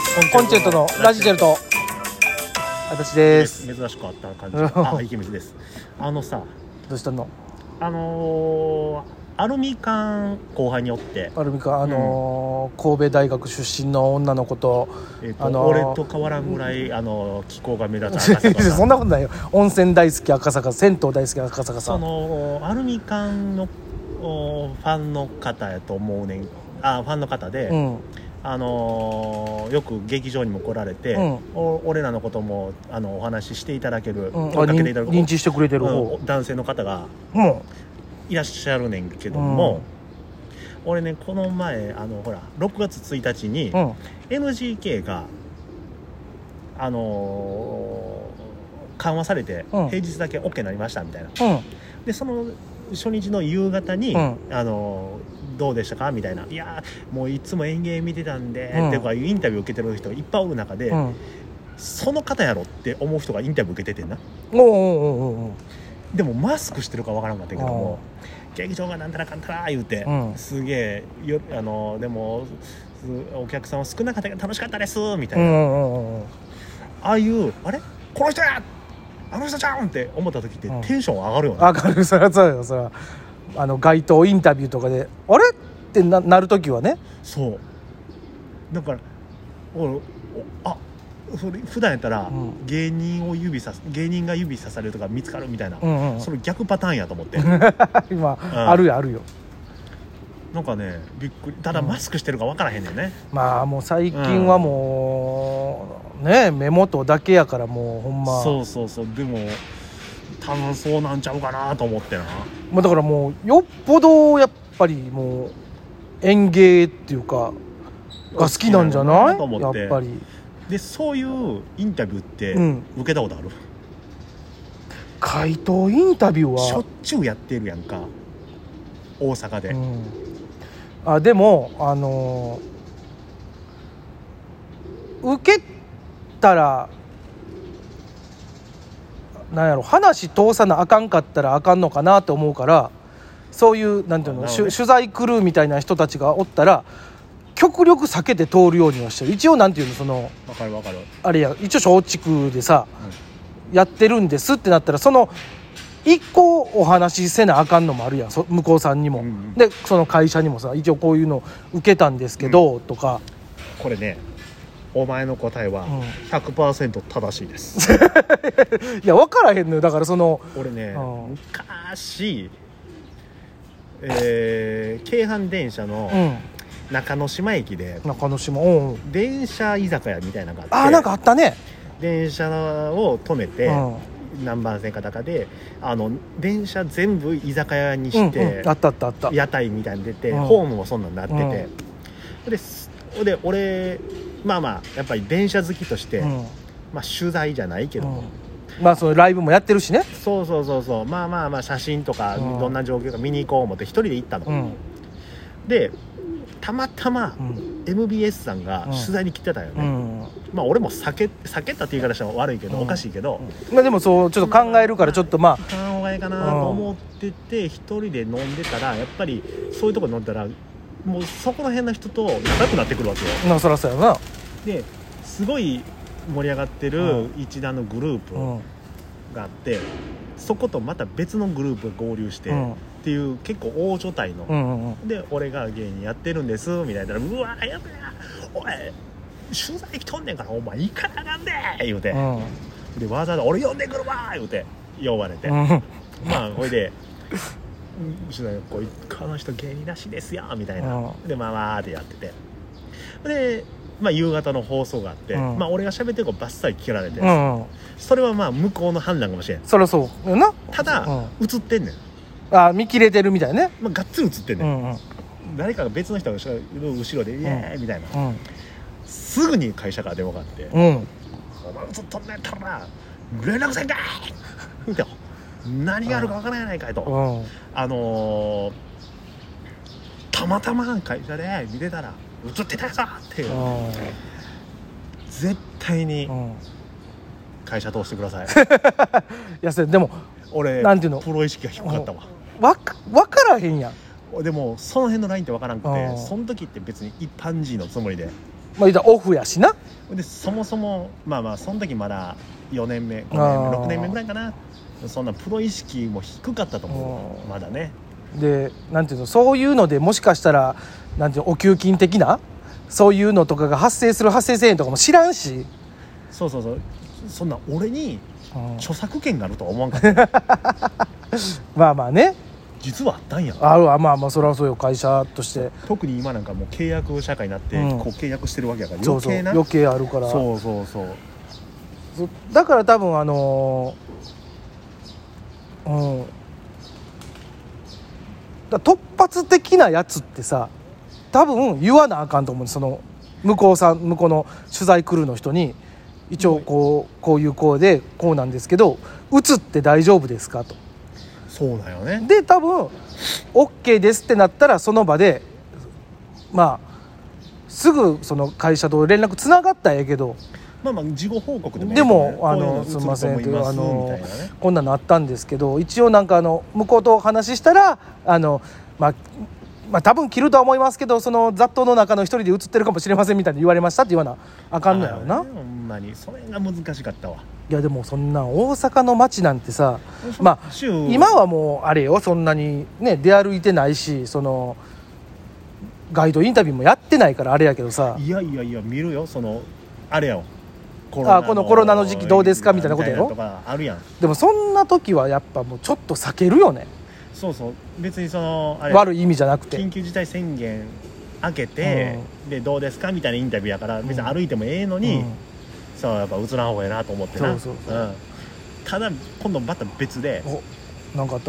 コンチェルトのラジチェルト私です。 珍しくあった感じ池水です。さどうしたの？ アルミ缶後輩におってアルミ缶神戸大学出身の女の子と、 俺と変わらんぐらい気候が目立つ赤坂さんそんなことないよ。温泉大好き赤坂、銭湯大好き赤坂さん。 アルミ缶のファンの方やと思うねん。ファンの方で、よく劇場にも来られて、俺らのこともお話ししていただける、追いかけていただく認知してくれてる男性の方がいらっしゃるねんけども、俺ねこの前ほら6月1日に NGK が緩和されて、平日だけ OK になりましたみたいな、でその初日の夕方に、どうでしたかみたいな、いやもういつも演芸見てたんで、っていうかインタビュー受けてる人がいっぱいおる中で、その方やろって思う人がインタビュー受けててんな。でもマスクしてるかわからんかったけども、劇場がなんたらかんたら言うて、すげえでもお客さんは少なかったけど楽しかったですみたいな、ああいうあれこの人やあの人ちゃうんって思った時ってテンション上がるよね。 上がる。そりゃそうよ。それは街頭インタビューとかであれってなる時はね。そうだからそれ普段やったら、芸人が指さされるとか見つかるみたいな、それ逆パターンやと思って今、あるよなんかねびっくり。ただマスクしてるか分からへんねんね。 まあもう最近はもう、ね目元だけやからもうほんまそうでも多分そうなんちゃうかなと思ってな。 だからもうよっぽどやっぱりもう演芸っていうかが好きなんじゃない？やっぱり。 でそういうインタビューって受けたことある？ 街頭インタビューはしょっちゅうやってるやんか、大阪で。 でも受けたらなんやろ、話通さなあかんかったらあかんのかなと思うから、そういうなんていうの、取材クルーみたいな人たちがおったら極力避けて通るようにはしてる。一応なんていうの、その分かるあれや、一応松竹でさ、やってるんですってなったらその一個お話しせなあかんのもあるやん、向こうさんにも、でその会社にもさ、一応こういうの受けたんですけど、とか。 これね、お前の答えは 100% 正しいですいや分からへんのよ。だからその俺ね、昔京阪電車の中之島駅で、電車居酒屋みたいなのがあって、 なんかあったね。 電車を止めて、何番線かだかで電車全部居酒屋にして、 あった屋台みたいに出て、ホームもそんなになってて、で俺やっぱり電車好きとして、取材じゃないけど、 そのライブもやってるしね。 そう写真とかどんな状況か見に行こう思って一人で行ったの、でたまたま MBS さんが取材に来てたよね、俺も避けたって言い方したら悪いけど、おかしいけど、 でもそうちょっと考えるから、ちょっと考えかなと思ってて、一人で飲んでたら、やっぱりそういうとこに飲んだらもうそこら辺の人と仲良くなってくるわけよ。 そらそうやな。 ですごい盛り上がってる一団のグループがあって、そことまた別のグループが合流して、っていう結構大所帯の、で俺が芸人やってるんですみたいな、うわやべえお前取材来とんねんからお前行かなあかんで言うて、でわざわざ俺呼んでくるわ言うて呼ばれて、ほいでこの人芸人らしいですよみたいな、でわーってやってて、で夕方の放送があって、俺が喋ってる子バッサリ聞けられて、それは向こうの判断かもしれん。 そりゃそうよな。 ただ、映ってんねん。 見切れてるみたいね。 がっつり映ってんねん、誰かが別の人が後ろでイエーイみたいな、すぐに会社から電話があって、お前映っとんねんやったら連絡せんかいって何があるか分からないかいと、たまたま会社で見てたら映ってたやぞっていう、絶対に会社通してください。 いやでも俺なんていうの、 プロ意識が低かったわ。 分からへんやん。 でもその辺のラインって分からんくて、その時って別に一般人のつもりでまあ言ったらオフやしな。 でそもそもまあその時まだ4年目5年目6年目ぐらいかな。そんなプロ意識も低かったと思う、まだね。 でなんていうの、そういうのでもしかしたらなんていうの、お給金的なそういうのとかが発生する発生せえへんとかも知らんし。 そうそんな俺に著作権があるとは思わんかったまあね、 実はあったんや。 まあそれはそうよ、会社として。 特に今なんかもう契約社会になって、こう契約してるわけやから余計な、余計あるから。 そうだから多分突発的なやつってさ、多分言わなあかんと思う。その向こうの取材クルーの人に一応こういう子でこうなんですけど、打って大丈夫ですかと。 そうだよね。 で多分 OK ですってなったら、その場でまあすぐその会社と連絡つながったらええけど、 事後報告でもいいでね、 もすみませんというこんなのあったんですけど、一応なんか向こうとお話ししたら多分切るとは思いますけど、その雑踏の中の一人で映ってるかもしれませんみたいに言われましたって言わなあかんのやろな。 ほんまにそれが難しかったわ。 いやでもそんな大阪の街なんてさ、今はもうあれよ、そんなにね出歩いてないし、そのガイドインタビューもやってないからあれやけどさ。 いや見るよ、そのあれやこのコロナの時期どうですかみたいなことやろとかあるやん。 でもそんな時はやっぱもうちょっと避けるよね。 そう別にそのあれ悪い意味じゃなくて、 緊急事態宣言明けて、でどうですかみたいなインタビューやから、別に歩いてもええのに、そうやっぱ映らん方がええなと思ってな。ただ今度また別でなんかあった。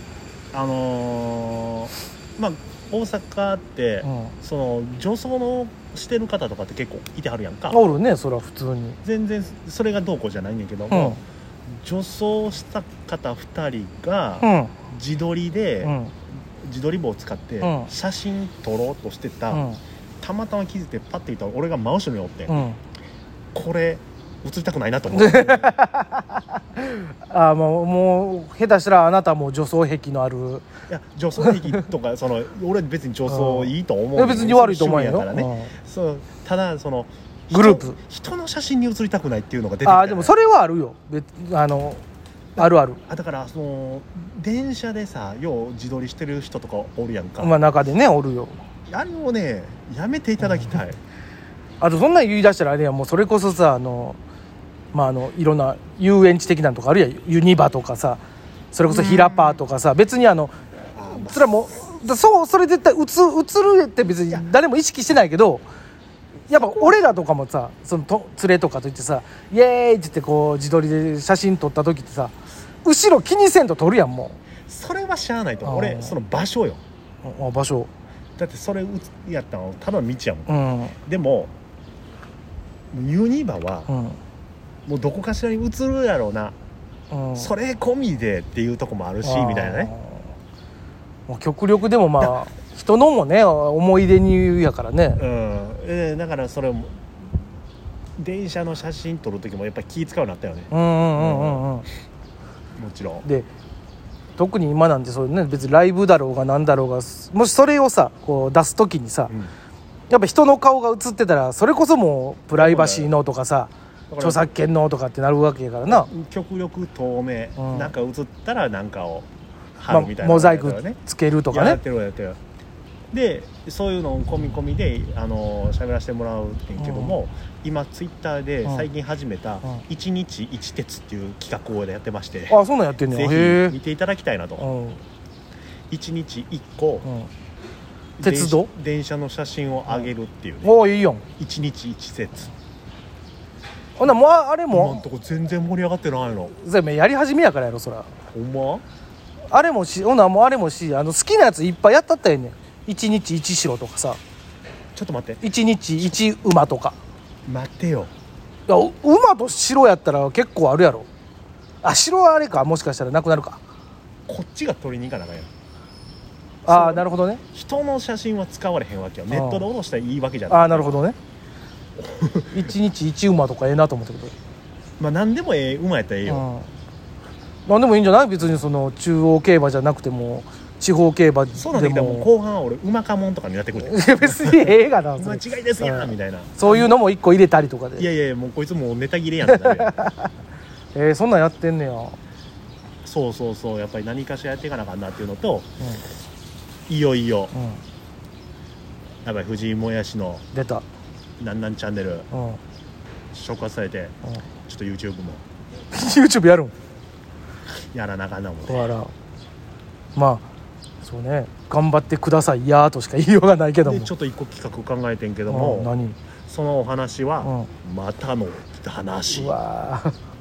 大阪って、その女装のしてる方とかって結構いてはるやんか。 おるね、それは普通に。 全然それがどうこうじゃないんだけども、女装した方2人が自撮りで、自撮り棒を使って写真撮ろうとしてた、たまたま気づいてパッて見たら俺が真後ろにおって、これ映りたくないなと思ってもう下手したらあなたも女装癖のある。 いや女装癖とか俺別に女装いいと思う、 別に悪いと思うよ、 そうただそのグループ人の写真に写りたくないっていうのが出てきた、 でもそれはあるよ、ある。 だからその電車でさ、よう自撮りしてる人とかおるやんか。 中でねおるよ。 あれをねやめていただきたい。 あとそんなん言い出したらあれや、もうそれこそさいろんな遊園地的なのとかあるやん、ユニバとかさ、それこそヒラパーとかさ、別にそれはもうそれ絶対映るって別に誰も意識してないけど、やっぱ俺らとかもさ、その連れとかといってさ、イエーイって言ってこう自撮りで写真撮った時ってさ、後ろ気にせんと撮るやん。もうそれはしゃあないと思う。俺その場所よ。 場所だってそれやったのただの道やもん、でもユニバは、もうどこかしらに映るやろうな、それ込みでっていうとこもあるしみたいなね。 もう極力でも人のもね思い出にやからね、 だからそれも電車の写真撮る時もやっぱり気使うようになったよね。もちろん。 で特に今なんてそうね、別にライブだろうがなんだろうが、もしそれをさこう出す時にさ、やっぱ人の顔が映ってたら、それこそもうプライバシーのとかさ、著作権のとかってなるわけやからな。 極力透明、なんか映ったらなんかを貼るみたいな、 モザイクつけるとかね。 やってるでそういうのを込み込みで喋らせてもらうってんけども、今ツイッターで最近始めた1日1鉄っていう企画をやってまして、 そんなんやってんねん。 ぜひ見ていただきたいなと。1日1個、 鉄道電車の写真を上げるっていうね。 いいやん。 1日1節。 ほんなもうあれも今んとこ全然盛り上がってないの。 全部やり始めやからやろそら。 ほんまあれもし、ほんなもうあれもし、好きなやついっぱいやったったらええねん。1日1城とかさ、 ちょっと待って、 1日1馬とか。 待ってよ。 いや馬と城やったら結構あるやろ。城はあれか、もしかしたらなくなるか。 こっちが撮りに行かなあかんやん。 なるほどね。 人の写真は使われへんわけよ。ネットで下ろしたらいいわけじゃない。 なるほどね。1日1馬とかええなと思ったけど、 何でも馬やったらええよ。 何でもいいんじゃない。別にその中央競馬じゃなくても地方競馬でもそうなんだけどもう後半は俺馬かもんとかになってくる別に映画なん間違いですやんみたいなそういうのも一個入れたりとかでいやいやもうこいつもうネタ切れやんってなるそんなんやってんねや、 そうそうそうやっぱり何かしらやっていかなあかんなっていうのと、いよいよ、やっぱり藤井もやしの出たなんなんチャンネル、触発されて、ちょっと YouTube も YouTube やるんやらなあかんなもんねだからまあそうね頑張ってくださいやーとしか言いようがないけどもでちょっと一個企画考えてんけども、 何そのお話は、またの話うわ